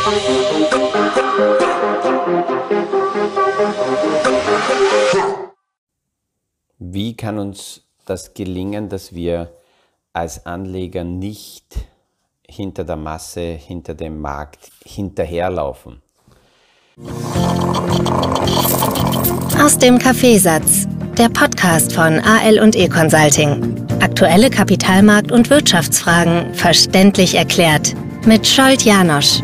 Wie kann uns das gelingen, dass wir als Anleger nicht hinter der Masse, hinter dem Markt hinterherlaufen? Aus dem Kaffeesatz, der Podcast von AL&E Consulting. Aktuelle Kapitalmarkt- und Wirtschaftsfragen verständlich erklärt mit Scholt Janosch.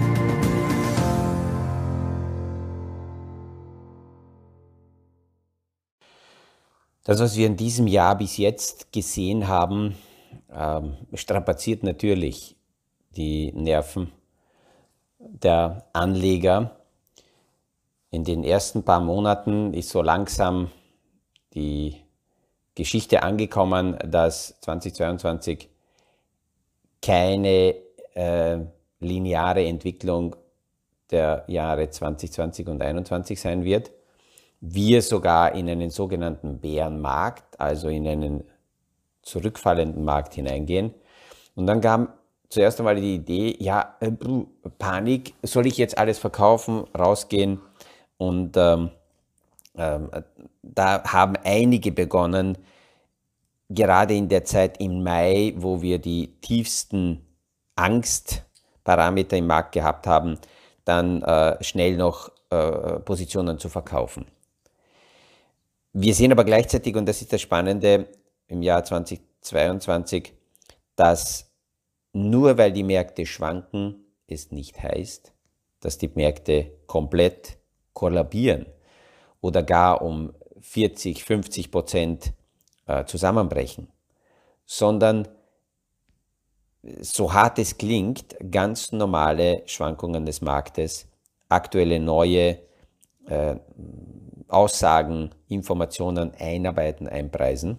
Das, was wir in diesem Jahr bis jetzt gesehen haben, strapaziert natürlich die Nerven der Anleger. In den ersten paar Monaten ist so langsam die Geschichte angekommen, dass 2022 keine lineare Entwicklung der Jahre 2020 und 2021 sein wird. Wir sogar in einen sogenannten Bärenmarkt, also in einen zurückfallenden Markt hineingehen. Und dann kam zuerst einmal die Idee, ja, Panik, soll ich jetzt alles verkaufen, rausgehen? Und da haben einige begonnen, gerade in der Zeit im Mai, wo wir die tiefsten Angstparameter im Markt gehabt haben, dann schnell noch Positionen zu verkaufen. Wir sehen aber gleichzeitig, und das ist das Spannende im Jahr 2022, dass nur weil die Märkte schwanken, es nicht heißt, dass die Märkte komplett kollabieren oder gar um 40-50% zusammenbrechen, sondern, so hart es klingt, ganz normale Schwankungen des Marktes, aktuelle neue Aussagen, Informationen einarbeiten, einpreisen.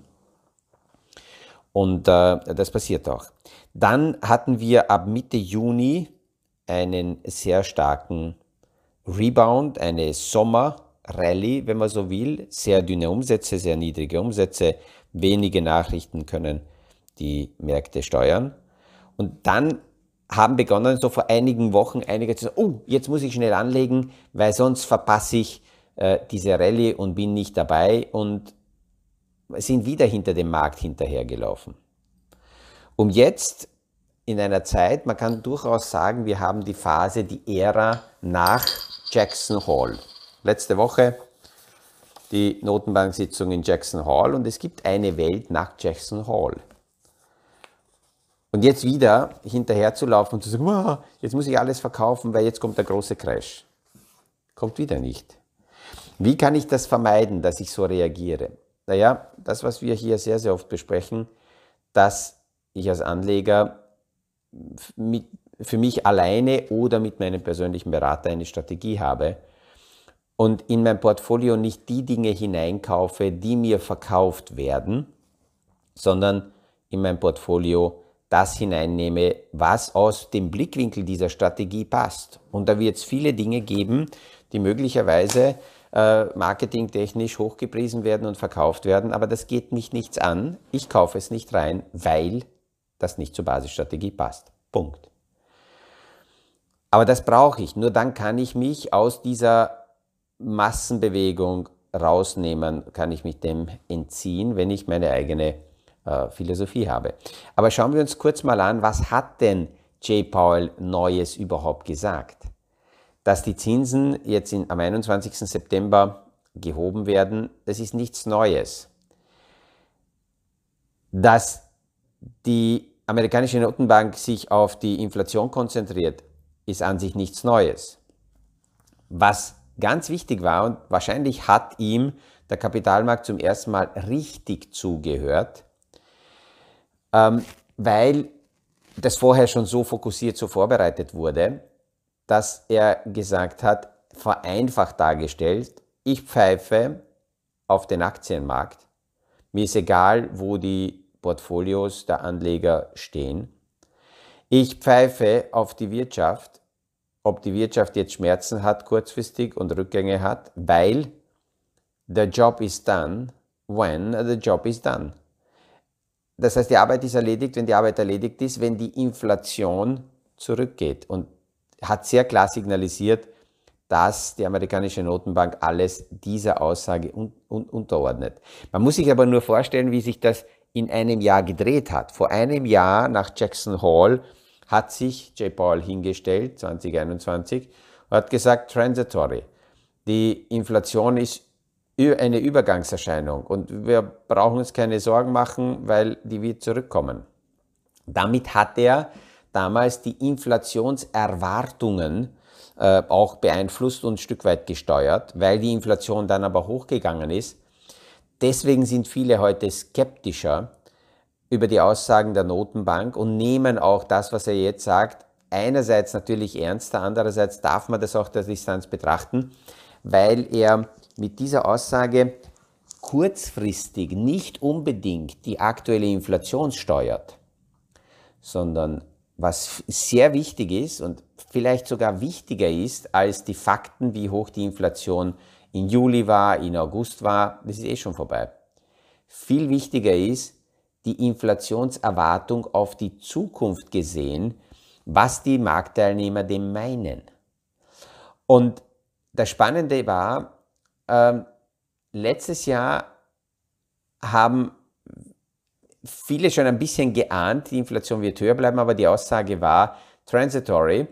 Und das passiert auch. Dann hatten wir ab Mitte Juni einen sehr starken Rebound, eine Sommerrallye, wenn man so will. Sehr dünne Umsätze, sehr niedrige Umsätze, wenige Nachrichten können die Märkte steuern. Und dann haben begonnen, so vor einigen Wochen einige zu sagen, oh, jetzt muss ich schnell anlegen, weil sonst verpasse ich diese Rallye und bin nicht dabei, und sind wieder hinter dem Markt hinterhergelaufen. Um jetzt in einer Zeit, man kann durchaus sagen, wir haben die Phase, die Ära nach Jackson Hole. Letzte Woche die Notenbank-Sitzung in Jackson Hole, und es gibt eine Welt nach Jackson Hole. Und jetzt wieder hinterher zu laufen und zu sagen, wow, jetzt muss ich alles verkaufen, weil jetzt kommt der große Crash. Kommt wieder nicht. Wie kann ich das vermeiden, dass ich so reagiere? Naja, das, was wir hier sehr, sehr oft besprechen, dass ich als Anleger für mich alleine oder mit meinem persönlichen Berater eine Strategie habe und in mein Portfolio nicht die Dinge hineinkaufe, die mir verkauft werden, sondern in mein Portfolio das hineinnehme, was aus dem Blickwinkel dieser Strategie passt. Und da wird es viele Dinge geben, die möglicherweise marketingtechnisch hochgepriesen werden und verkauft werden, aber das geht mich nichts an. Ich kaufe es nicht rein, weil das nicht zur Basisstrategie passt. Punkt. Aber das brauche ich. Nur dann kann ich mich aus dieser Massenbewegung rausnehmen, kann ich mich dem entziehen, wenn ich meine eigene Philosophie habe. Aber schauen wir uns kurz mal an, was hat denn Jay Powell Neues überhaupt gesagt? Dass die Zinsen jetzt am 21. September gehoben werden, das ist nichts Neues. Dass die amerikanische Notenbank sich auf die Inflation konzentriert, ist an sich nichts Neues. Was ganz wichtig war, und wahrscheinlich hat ihm der Kapitalmarkt zum ersten Mal richtig zugehört, weil das vorher schon so fokussiert, so vorbereitet wurde, dass er gesagt hat, vereinfacht dargestellt, ich pfeife auf den Aktienmarkt. Mir ist egal, wo die Portfolios der Anleger stehen. Ich pfeife auf die Wirtschaft, ob die Wirtschaft jetzt Schmerzen hat kurzfristig und Rückgänge hat, weil the job is done when the job is done. Das heißt, die Arbeit ist erledigt, wenn die Arbeit erledigt ist, wenn die Inflation zurückgeht. Und hat sehr klar signalisiert, dass die amerikanische Notenbank alles dieser Aussage unterordnet. Man muss sich aber nur vorstellen, wie sich das in einem Jahr gedreht hat. Vor einem Jahr nach Jackson Hole hat sich Jay Powell hingestellt, 2021, und hat gesagt, transitory. Die Inflation ist eine Übergangserscheinung und wir brauchen uns keine Sorgen machen, weil die wird zurückkommen. Damit hat er damals die Inflationserwartungen auch beeinflusst und ein Stück weit gesteuert, weil die Inflation dann aber hochgegangen ist. Deswegen sind viele heute skeptischer über die Aussagen der Notenbank und nehmen auch das, was er jetzt sagt, einerseits natürlich ernster, andererseits darf man das auch der Distanz betrachten, weil er mit dieser Aussage kurzfristig nicht unbedingt die aktuelle Inflation steuert, sondern was sehr wichtig ist und vielleicht sogar wichtiger ist als die Fakten, wie hoch die Inflation in Juli war, in August war, das ist eh schon vorbei. Viel wichtiger ist die Inflationserwartung auf die Zukunft gesehen, was die Marktteilnehmer dem meinen. Und das Spannende war, letztes Jahr haben viele schon ein bisschen geahnt, die Inflation wird höher bleiben, aber die Aussage war transitory.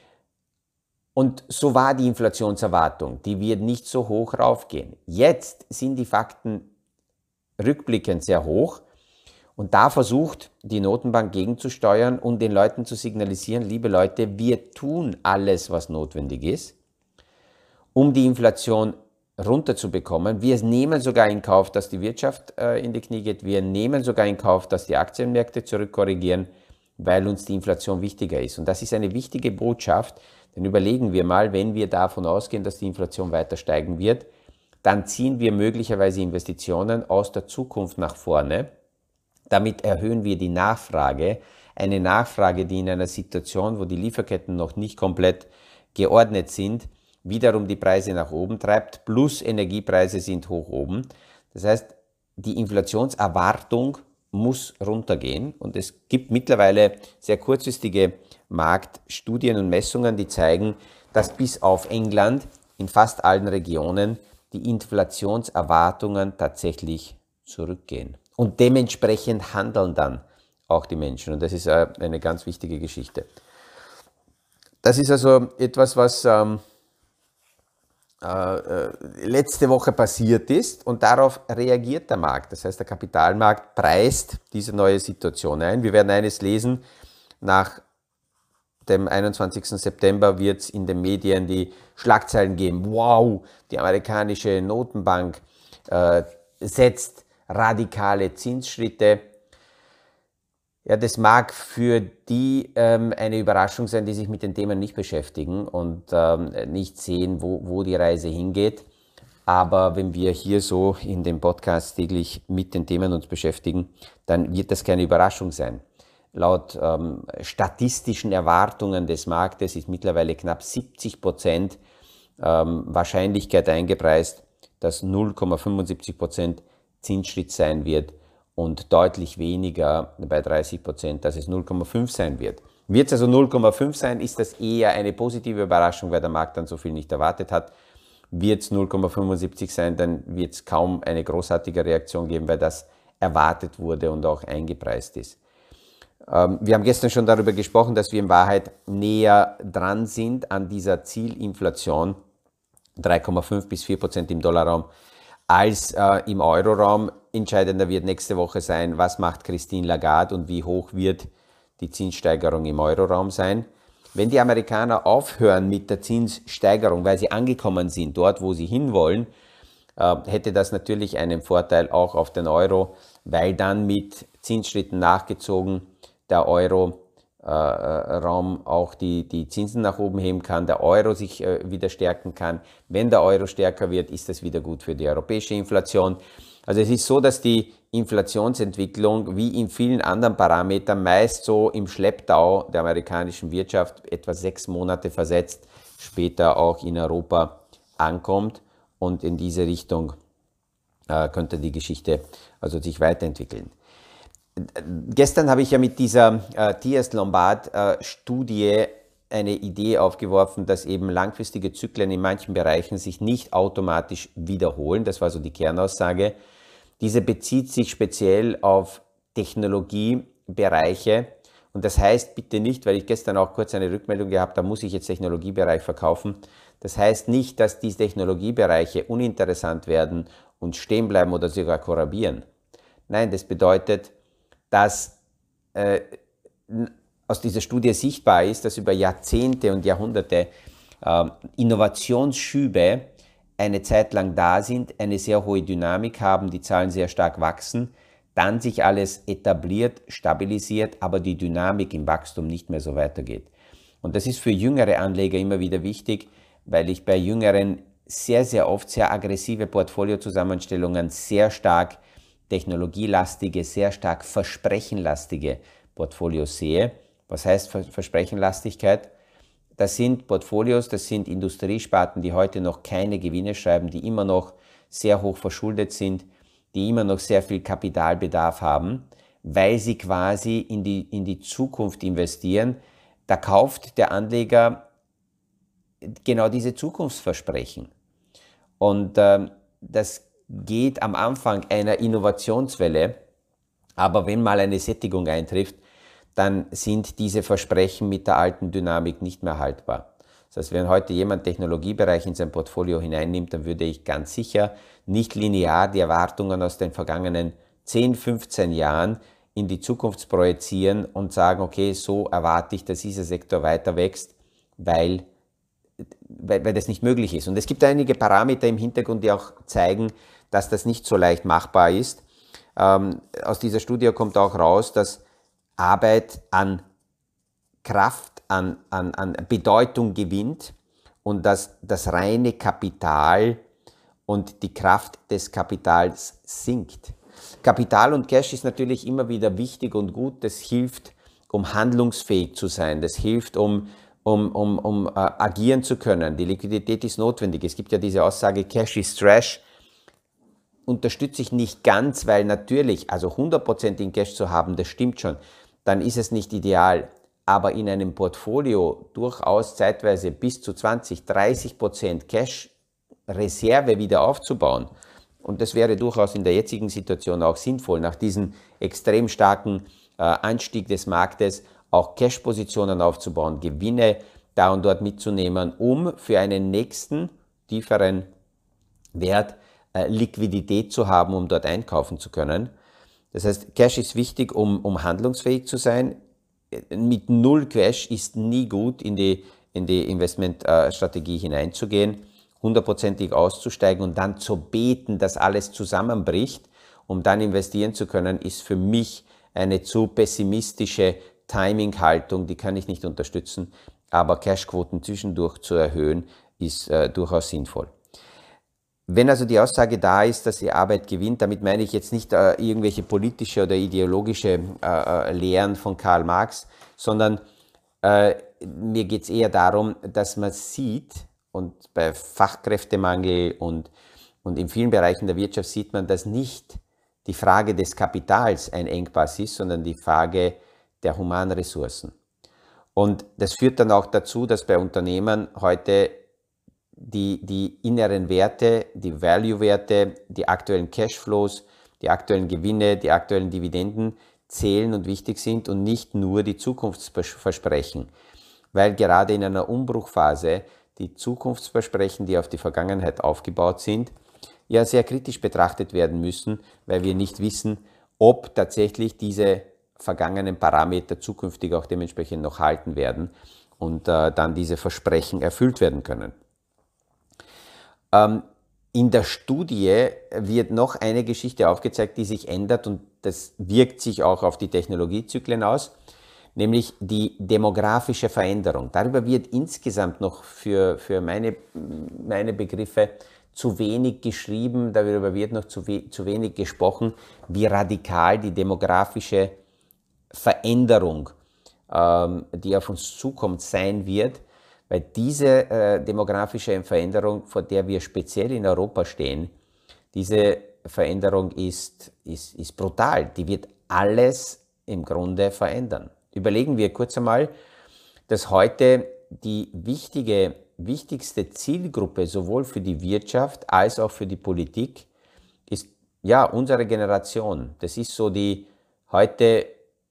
Und so war die Inflationserwartung, die wird nicht so hoch raufgehen. Jetzt sind die Fakten rückblickend sehr hoch und da versucht die Notenbank gegenzusteuern und den Leuten zu signalisieren, liebe Leute, wir tun alles, was notwendig ist, um die Inflation runterzubekommen. Wir nehmen sogar in Kauf, dass die Wirtschaft in die Knie geht. Wir nehmen sogar in Kauf, dass die Aktienmärkte zurückkorrigieren, weil uns die Inflation wichtiger ist. Und das ist eine wichtige Botschaft, denn überlegen wir mal, wenn wir davon ausgehen, dass die Inflation weiter steigen wird, dann ziehen wir möglicherweise Investitionen aus der Zukunft nach vorne. Damit erhöhen wir die Nachfrage. Eine Nachfrage, die in einer Situation, wo die Lieferketten noch nicht komplett geordnet sind, wiederum die Preise nach oben treibt, plus Energiepreise sind hoch oben. Das heißt, die Inflationserwartung muss runtergehen und es gibt mittlerweile sehr kurzfristige Marktstudien und Messungen, die zeigen, dass bis auf England in fast allen Regionen die Inflationserwartungen tatsächlich zurückgehen. Und dementsprechend handeln dann auch die Menschen und das ist eine ganz wichtige Geschichte. Das ist also etwas, was letzte Woche passiert ist und darauf reagiert der Markt. Das heißt, der Kapitalmarkt preist diese neue Situation ein. Wir werden eines lesen, nach dem 21. September wird es in den Medien die Schlagzeilen geben. Wow, die amerikanische Notenbank setzt radikale Zinsschritte. Ja, das mag für die eine Überraschung sein, die sich mit den Themen nicht beschäftigen und nicht sehen, wo die Reise hingeht. Aber wenn wir hier so in dem Podcast täglich mit den Themen uns beschäftigen, dann wird das keine Überraschung sein. Laut statistischen Erwartungen des Marktes ist mittlerweile knapp 70% Wahrscheinlichkeit eingepreist, dass 0,75% Zinsschritt sein wird. Und deutlich weniger bei 30%, dass es 0,5 sein wird. Wird es also 0,5 sein, ist das eher eine positive Überraschung, weil der Markt dann so viel nicht erwartet hat. Wird es 0,75 sein, dann wird es kaum eine großartige Reaktion geben, weil das erwartet wurde und auch eingepreist ist. Wir haben gestern schon darüber gesprochen, dass wir in Wahrheit näher dran sind an dieser Zielinflation, 3,5 bis 4% im Dollarraum, als im Euroraum. Entscheidender wird nächste Woche sein, was macht Christine Lagarde und wie hoch wird die Zinssteigerung im Euroraum sein. Wenn die Amerikaner aufhören mit der Zinssteigerung, weil sie angekommen sind, dort wo sie hinwollen, hätte das natürlich einen Vorteil auch auf den Euro, weil dann mit Zinsschritten nachgezogen der Euro-Raum auch die Zinsen nach oben heben kann, der Euro sich wieder stärken kann. Wenn der Euro stärker wird, ist das wieder gut für die europäische Inflation. Also es ist so, dass die Inflationsentwicklung wie in vielen anderen Parametern meist so im Schlepptau der amerikanischen Wirtschaft etwa 6 Monate versetzt später auch in Europa ankommt und in diese Richtung könnte die Geschichte also sich weiterentwickeln. Gestern habe ich ja mit dieser T.S. Lombard Studie eine Idee aufgeworfen, dass eben langfristige Zyklen in manchen Bereichen sich nicht automatisch wiederholen. Das war so die Kernaussage. Diese bezieht sich speziell auf Technologiebereiche. Und das heißt bitte nicht, weil ich gestern auch kurz eine Rückmeldung gehabt habe, muss ich jetzt Technologiebereich verkaufen. Das heißt nicht, dass diese Technologiebereiche uninteressant werden und stehen bleiben oder sogar kollabieren. Nein, das bedeutet, dass aus dieser Studie sichtbar ist, dass über Jahrzehnte und Jahrhunderte Innovationsschübe eine Zeit lang da sind, eine sehr hohe Dynamik haben, die Zahlen sehr stark wachsen, dann sich alles etabliert, stabilisiert, aber die Dynamik im Wachstum nicht mehr so weitergeht. Und das ist für jüngere Anleger immer wieder wichtig, weil ich bei Jüngeren sehr, sehr oft sehr aggressive Portfoliozusammenstellungen, sehr stark technologielastige, sehr stark versprechenlastige Portfolios sehe. Was heißt Versprechenlastigkeit? Das sind Portfolios, das sind Industriesparten, die heute noch keine Gewinne schreiben, die immer noch sehr hoch verschuldet sind, die immer noch sehr viel Kapitalbedarf haben, weil sie quasi in die Zukunft investieren. Da kauft der Anleger genau diese Zukunftsversprechen. Und das geht am Anfang einer Innovationswelle, aber wenn mal eine Sättigung eintrifft, dann sind diese Versprechen mit der alten Dynamik nicht mehr haltbar. Das heißt, wenn heute jemand Technologiebereich in sein Portfolio hineinnimmt, dann würde ich ganz sicher nicht linear die Erwartungen aus den vergangenen 10, 15 Jahren in die Zukunft projizieren und sagen, okay, so erwarte ich, dass dieser Sektor weiter wächst, weil das nicht möglich ist. Und es gibt einige Parameter im Hintergrund, die auch zeigen, dass das nicht so leicht machbar ist. Aus dieser Studie kommt auch raus, dass Arbeit an Kraft, an Bedeutung gewinnt und dass das reine Kapital und die Kraft des Kapitals sinkt. Kapital und Cash ist natürlich immer wieder wichtig und gut. Das hilft, um handlungsfähig zu sein. Das hilft, um agieren zu können. Die Liquidität ist notwendig. Es gibt ja diese Aussage, Cash is Trash. Unterstütze ich nicht ganz, weil natürlich, also 100% in Cash zu haben, das stimmt schon, dann ist es nicht ideal. Aber in einem Portfolio durchaus zeitweise bis zu 20-30% Cash-Reserve wieder aufzubauen. Und das wäre durchaus in der jetzigen Situation auch sinnvoll, nach diesem extrem starken Anstieg des Marktes auch Cash-Positionen aufzubauen, Gewinne da und dort mitzunehmen, um für einen nächsten tieferen Wert Liquidität zu haben, um dort einkaufen zu können. Das heißt, Cash ist wichtig, um handlungsfähig zu sein. Mit null Cash ist nie gut, in die Investmentstrategie hineinzugehen, 100%ig auszusteigen und dann zu beten, dass alles zusammenbricht, um dann investieren zu können, ist für mich eine zu pessimistische Timing-Haltung, die kann ich nicht unterstützen, aber Cashquoten zwischendurch zu erhöhen, ist durchaus sinnvoll. Wenn also die Aussage da ist, dass die Arbeit gewinnt, damit meine ich jetzt nicht irgendwelche politische oder ideologische Lehren von Karl Marx, sondern mir geht es eher darum, dass man sieht, und bei Fachkräftemangel und in vielen Bereichen der Wirtschaft sieht man, dass nicht die Frage des Kapitals ein Engpass ist, sondern die Frage der humanen Ressourcen. Und das führt dann auch dazu, dass bei Unternehmen heute die inneren Werte, die Value-Werte, die aktuellen Cashflows, die aktuellen Gewinne, die aktuellen Dividenden zählen und wichtig sind und nicht nur die Zukunftsversprechen. Weil gerade in einer Umbruchphase die Zukunftsversprechen, die auf die Vergangenheit aufgebaut sind, ja sehr kritisch betrachtet werden müssen, weil wir nicht wissen, ob tatsächlich diese vergangenen Parameter zukünftig auch dementsprechend noch halten werden und dann diese Versprechen erfüllt werden können. In der Studie wird noch eine Geschichte aufgezeigt, die sich ändert und das wirkt sich auch auf die Technologiezyklen aus, nämlich die demografische Veränderung. Darüber wird insgesamt noch für meine Begriffe zu wenig geschrieben, darüber wird noch zu wenig gesprochen, wie radikal die demografische Veränderung, die auf uns zukommt, sein wird. Weil diese demografische Veränderung, vor der wir speziell in Europa stehen, diese Veränderung ist brutal. Die wird alles im Grunde verändern. Überlegen wir kurz einmal, dass heute die wichtigste Zielgruppe sowohl für die Wirtschaft als auch für die Politik ist ja unsere Generation. Das ist so die heute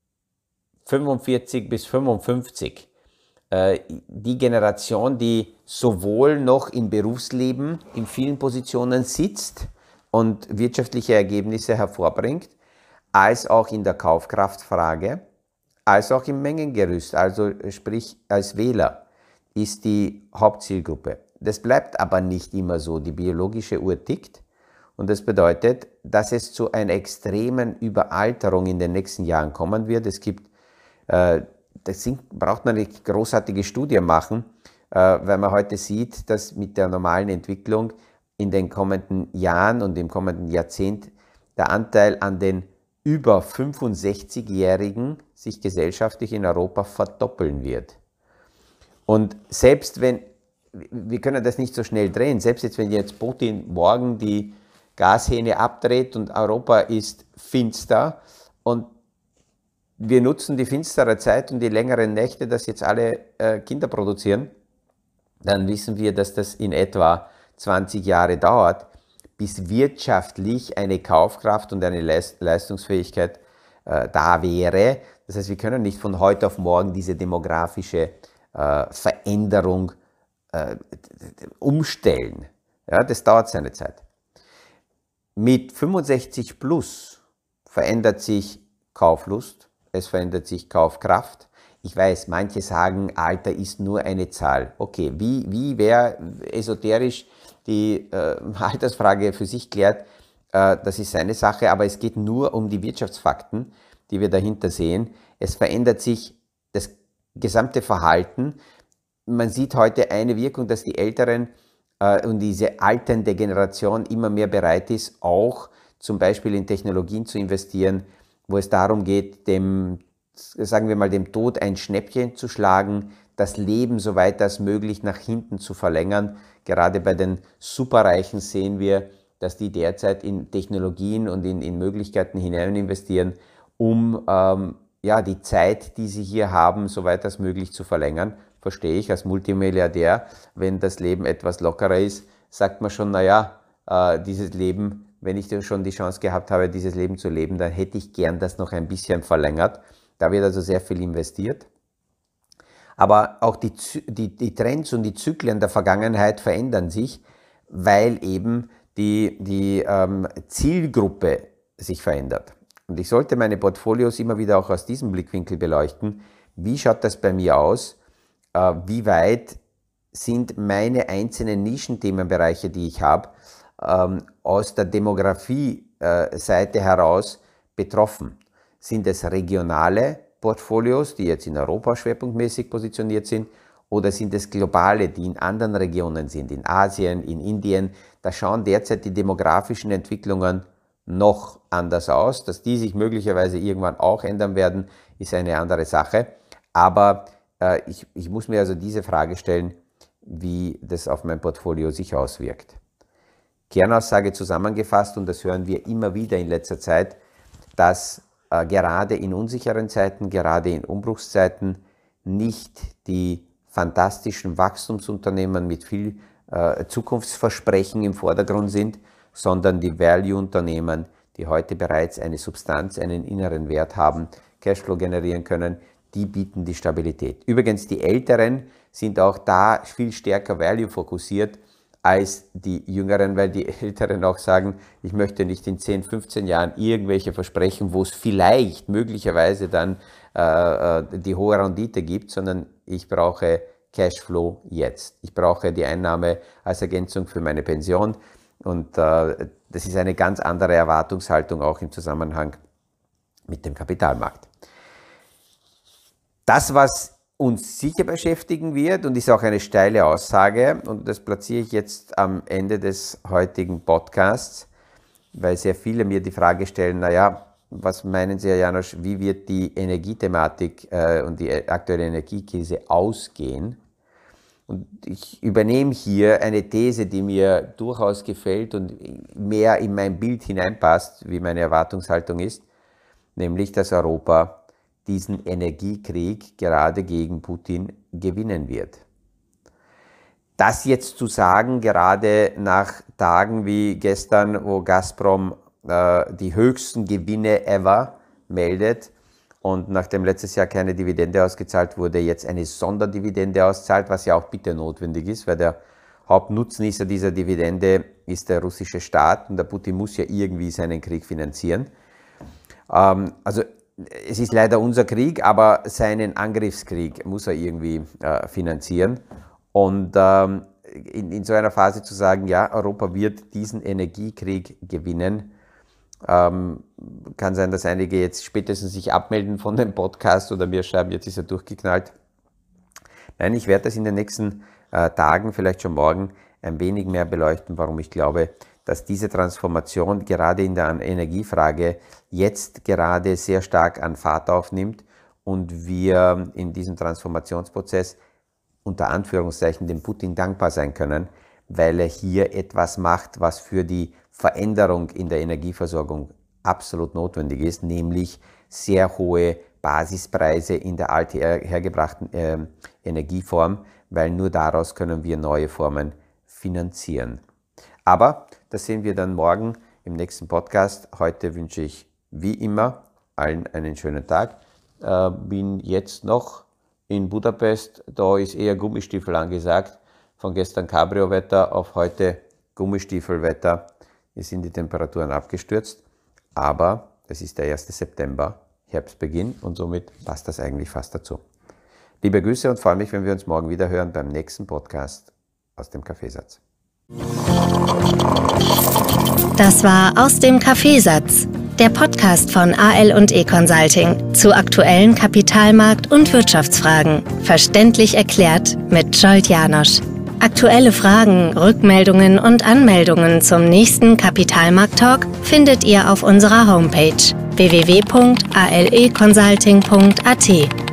45 bis 55. Die Generation, die sowohl noch im Berufsleben in vielen Positionen sitzt und wirtschaftliche Ergebnisse hervorbringt, als auch in der Kaufkraftfrage, als auch im Mengengerüst, also sprich als Wähler, ist die Hauptzielgruppe. Das bleibt aber nicht immer so. Die biologische Uhr tickt und das bedeutet, dass es zu einer extremen Überalterung in den nächsten Jahren kommen wird. Es gibt, braucht man nicht großartige Studien machen, weil man heute sieht, dass mit der normalen Entwicklung in den kommenden Jahren und im kommenden Jahrzehnt der Anteil an den über 65-Jährigen sich gesellschaftlich in Europa verdoppeln wird. Und selbst wenn, wir können das nicht so schnell drehen, selbst jetzt, wenn jetzt Putin morgen die Gashähne abdreht und Europa ist finster und wir nutzen die finstere Zeit und die längeren Nächte, dass jetzt alle Kinder produzieren, dann wissen wir, dass das in etwa 20 Jahre dauert, bis wirtschaftlich eine Kaufkraft und eine Leistungsfähigkeit da wäre. Das heißt, wir können nicht von heute auf morgen diese demografische Veränderung umstellen. Ja, das dauert seine Zeit. Mit 65 plus verändert sich Kauflust, es verändert sich Kaufkraft. Ich weiß, manche sagen, Alter ist nur eine Zahl. Okay, wie wer esoterisch die Altersfrage für sich klärt, das ist seine Sache, aber es geht nur um die Wirtschaftsfakten, die wir dahinter sehen. Es verändert sich das gesamte Verhalten. Man sieht heute eine Wirkung, dass die Älteren und diese alternde Generation immer mehr bereit ist, auch zum Beispiel in Technologien zu investieren, wo es darum geht, sagen wir mal, dem Tod ein Schnäppchen zu schlagen, das Leben so weit als möglich nach hinten zu verlängern. Gerade bei den Superreichen sehen wir, dass die derzeit in Technologien und in Möglichkeiten hinein investieren, um die Zeit, die sie hier haben, so weit als möglich zu verlängern. Verstehe ich als Multimilliardär, wenn das Leben etwas lockerer ist, sagt man schon, naja, dieses Leben, wenn ich schon die Chance gehabt habe, dieses Leben zu leben, dann hätte ich gern das noch ein bisschen verlängert. Da wird also sehr viel investiert. Aber auch die Trends und die Zyklen der Vergangenheit verändern sich, weil eben die Zielgruppe sich verändert. Und ich sollte meine Portfolios immer wieder auch aus diesem Blickwinkel beleuchten. Wie schaut das bei mir aus? Wie weit sind meine einzelnen Nischenthemenbereiche, die ich habe, aus der Demografie-Seite heraus betroffen? Sind es regionale Portfolios, die jetzt in Europa schwerpunktmäßig positioniert sind, oder sind es globale, die in anderen Regionen sind, in Asien, in Indien? Da schauen derzeit die demografischen Entwicklungen noch anders aus. Dass die sich möglicherweise irgendwann auch ändern werden, ist eine andere Sache. Aber ich muss mir also diese Frage stellen, wie das auf mein Portfolio sich auswirkt. Kernaussage zusammengefasst, und das hören wir immer wieder in letzter Zeit, dass gerade in unsicheren Zeiten, gerade in Umbruchszeiten nicht die fantastischen Wachstumsunternehmen mit viel Zukunftsversprechen im Vordergrund sind, sondern die Value-Unternehmen, die heute bereits eine Substanz, einen inneren Wert haben, Cashflow generieren können, die bieten die Stabilität. Übrigens, die Älteren sind auch da viel stärker Value fokussiert als die Jüngeren, weil die Älteren auch sagen, ich möchte nicht in 10, 15 Jahren irgendwelche Versprechen, wo es vielleicht möglicherweise dann die hohe Rendite gibt, sondern ich brauche Cashflow jetzt. Ich brauche die Einnahme als Ergänzung für meine Pension, und das ist eine ganz andere Erwartungshaltung auch im Zusammenhang mit dem Kapitalmarkt. Das, was uns sicher beschäftigen wird, und ist auch eine steile Aussage, und das platziere ich jetzt am Ende des heutigen Podcasts, weil sehr viele mir die Frage stellen, naja, was meinen Sie, Herr Janosch, wie wird die Energiethematik und die aktuelle Energiekrise ausgehen? Und ich übernehme hier eine These, die mir durchaus gefällt und mehr in mein Bild hineinpasst, wie meine Erwartungshaltung ist, nämlich, dass Europa diesen Energiekrieg gerade gegen Putin gewinnen wird. Das jetzt zu sagen, gerade nach Tagen wie gestern, wo Gazprom die höchsten Gewinne ever meldet und nachdem letztes Jahr keine Dividende ausgezahlt wurde, jetzt eine Sonderdividende auszahlt, was ja auch bitte notwendig ist, weil der Hauptnutznießer dieser Dividende ist der russische Staat und der Putin muss ja irgendwie seinen Krieg finanzieren. Also es ist leider unser Krieg, aber seinen Angriffskrieg muss er irgendwie finanzieren. Und in so einer Phase zu sagen, ja, Europa wird diesen Energiekrieg gewinnen, kann sein, dass einige jetzt spätestens sich abmelden von dem Podcast oder mir schreiben, jetzt ist er durchgeknallt. Nein, ich werde das in den nächsten Tagen, vielleicht schon morgen, ein wenig mehr beleuchten, warum ich glaube, dass diese Transformation gerade in der Energiefrage jetzt gerade sehr stark an Fahrt aufnimmt und wir in diesem Transformationsprozess unter Anführungszeichen dem Putin dankbar sein können, weil er hier etwas macht, was für die Veränderung in der Energieversorgung absolut notwendig ist, nämlich sehr hohe Basispreise in der althergebrachten Energieform, weil nur daraus können wir neue Formen finanzieren. Aber das sehen wir dann morgen im nächsten Podcast. Heute wünsche ich wie immer allen einen schönen Tag. Bin jetzt noch in Budapest, da ist eher Gummistiefel angesagt. Von gestern Cabrio-Wetter auf heute Gummistiefelwetter. Hier sind die Temperaturen abgestürzt, aber es ist der 1. September, Herbstbeginn und somit passt das eigentlich fast dazu. Liebe Grüße und freue mich, wenn wir uns morgen wieder hören beim nächsten Podcast aus dem Kaffeesatz. Das war Aus dem Kaffeesatz, der Podcast von AL&E Consulting zu aktuellen Kapitalmarkt- und Wirtschaftsfragen. Verständlich erklärt mit Zsolt János. Aktuelle Fragen, Rückmeldungen und Anmeldungen zum nächsten Kapitalmarkt-Talk findet ihr auf unserer Homepage www.aleconsulting.at.